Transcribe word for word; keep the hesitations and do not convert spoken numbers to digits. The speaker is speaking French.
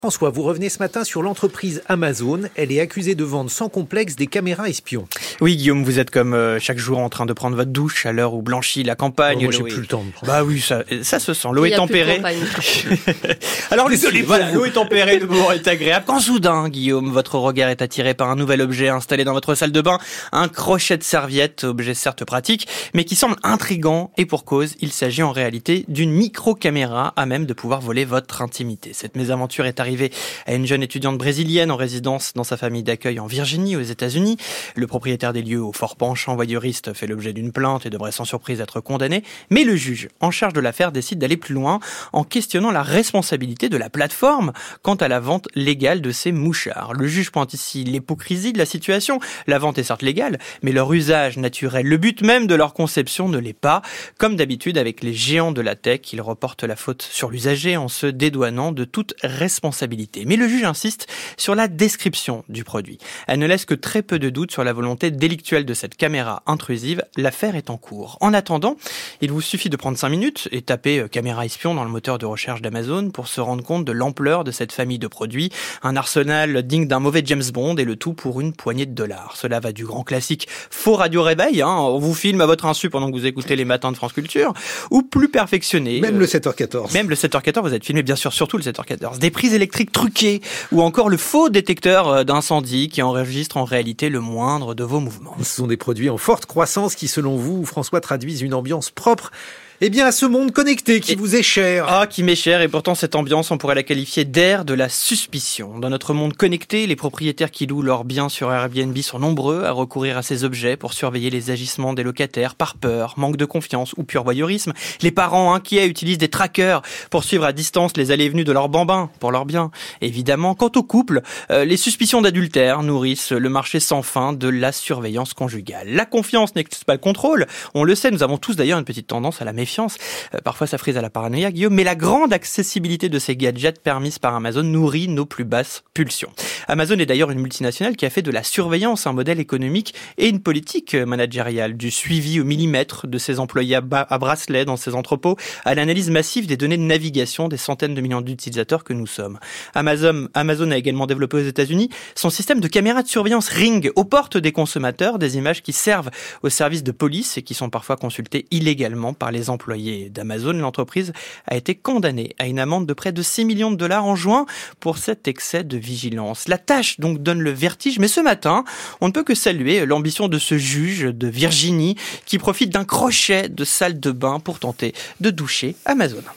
François, vous revenez ce matin sur l'entreprise Amazon. Elle est accusée de vendre sans complexe des caméras espions. Oui, Guillaume, vous êtes comme euh, chaque jour en train de prendre votre douche à l'heure où blanchit la campagne. Oh, moi, j'ai est... plus le temps de prendre. Bah oui, ça, ça se sent. L'eau est tempérée. Alors, désolé, voilà, l'eau est tempérée, le moment est agréable. Quand soudain, Guillaume, votre regard est attiré par un nouvel objet installé dans votre salle de bain, un crochet de serviette, objet certes pratique, mais qui semble intrigant et pour cause, il s'agit en réalité d'une micro-caméra à même de pouvoir voler votre intimité. Cette mésaventure est arrivée à une jeune étudiante brésilienne en résidence dans sa famille d'accueil en Virginie, aux États-Unis. Le propriétaire des lieux, au fort penchant voyeuriste, fait l'objet d'une plainte et devrait sans surprise être condamné. Mais le juge, en charge de l'affaire, décide d'aller plus loin en questionnant la responsabilité de la plateforme quant à la vente légale de ces mouchards. Le juge pointe ici l'hypocrisie de la situation. La vente est certes légale, mais leur usage naturel, le but même de leur conception ne l'est pas. Comme d'habitude avec les géants de la tech, ils reportent la faute sur l'usager en se dédouanant de toute responsabilité. Mais le juge insiste sur la description du produit. Elle ne laisse que très peu de doute sur la volonté délictuelle de cette caméra intrusive. L'affaire est en cours. En attendant, il vous suffit de prendre cinq minutes et taper « caméra espion » dans le moteur de recherche d'Amazon pour se rendre compte de l'ampleur de cette famille de produits. Un arsenal digne d'un mauvais James Bond et le tout pour une poignée de dollars. Cela va du grand classique faux radio réveil, hein, on vous filme à votre insu pendant que vous écoutez les matins de France Culture, ou plus perfectionné. Même euh, le sept heures quatorze. Même le sept heures quatorze, vous êtes filmé bien sûr, surtout le sept heures quatorze. Des prises électriques truquées, ou encore le faux détecteur d'incendie qui enregistre en réalité le moindre de vos mouvements. Ce sont des produits en forte croissance qui, selon vous, François, traduisent une ambiance propre Eh bien, à ce monde connecté qui et... vous est cher. Ah, qui m'est cher, et pourtant cette ambiance, on pourrait la qualifier d'ère de la suspicion. Dans notre monde connecté, les propriétaires qui louent leurs biens sur Airbnb sont nombreux à recourir à ces objets pour surveiller les agissements des locataires par peur, manque de confiance ou pur voyeurisme. Les parents inquiets utilisent des trackers pour suivre à distance les allées et venues de leurs bambins pour leurs biens. Évidemment, quant au couple, euh, les suspicions d'adultère nourrissent le marché sans fin de la surveillance conjugale. La confiance n'exclut pas le contrôle. On le sait, nous avons tous d'ailleurs une petite tendance à la méfiance. Euh, parfois ça frise à la paranoïa, Guillaume, mais la grande accessibilité de ces gadgets permises par Amazon nourrit nos plus basses pulsions. Amazon est d'ailleurs une multinationale qui a fait de la surveillance un modèle économique et une politique managériale, du suivi au millimètre de ses employés à, bas, à bracelet dans ses entrepôts, à l'analyse massive des données de navigation des centaines de millions d'utilisateurs que nous sommes. Amazon, Amazon a également développé aux États-Unis son système de caméras de surveillance Ring aux portes des consommateurs, des images qui servent aux services de police et qui sont parfois consultées illégalement par les employés d'Amazon. L'entreprise a été condamnée à une amende de près de six millions de dollars en juin pour cet excès de vigilance. La tâche donc donne le vertige, mais ce matin, on ne peut que saluer l'ambition de ce juge de Virginie qui profite d'un crochet de salle de bain pour tenter de doucher Amazon.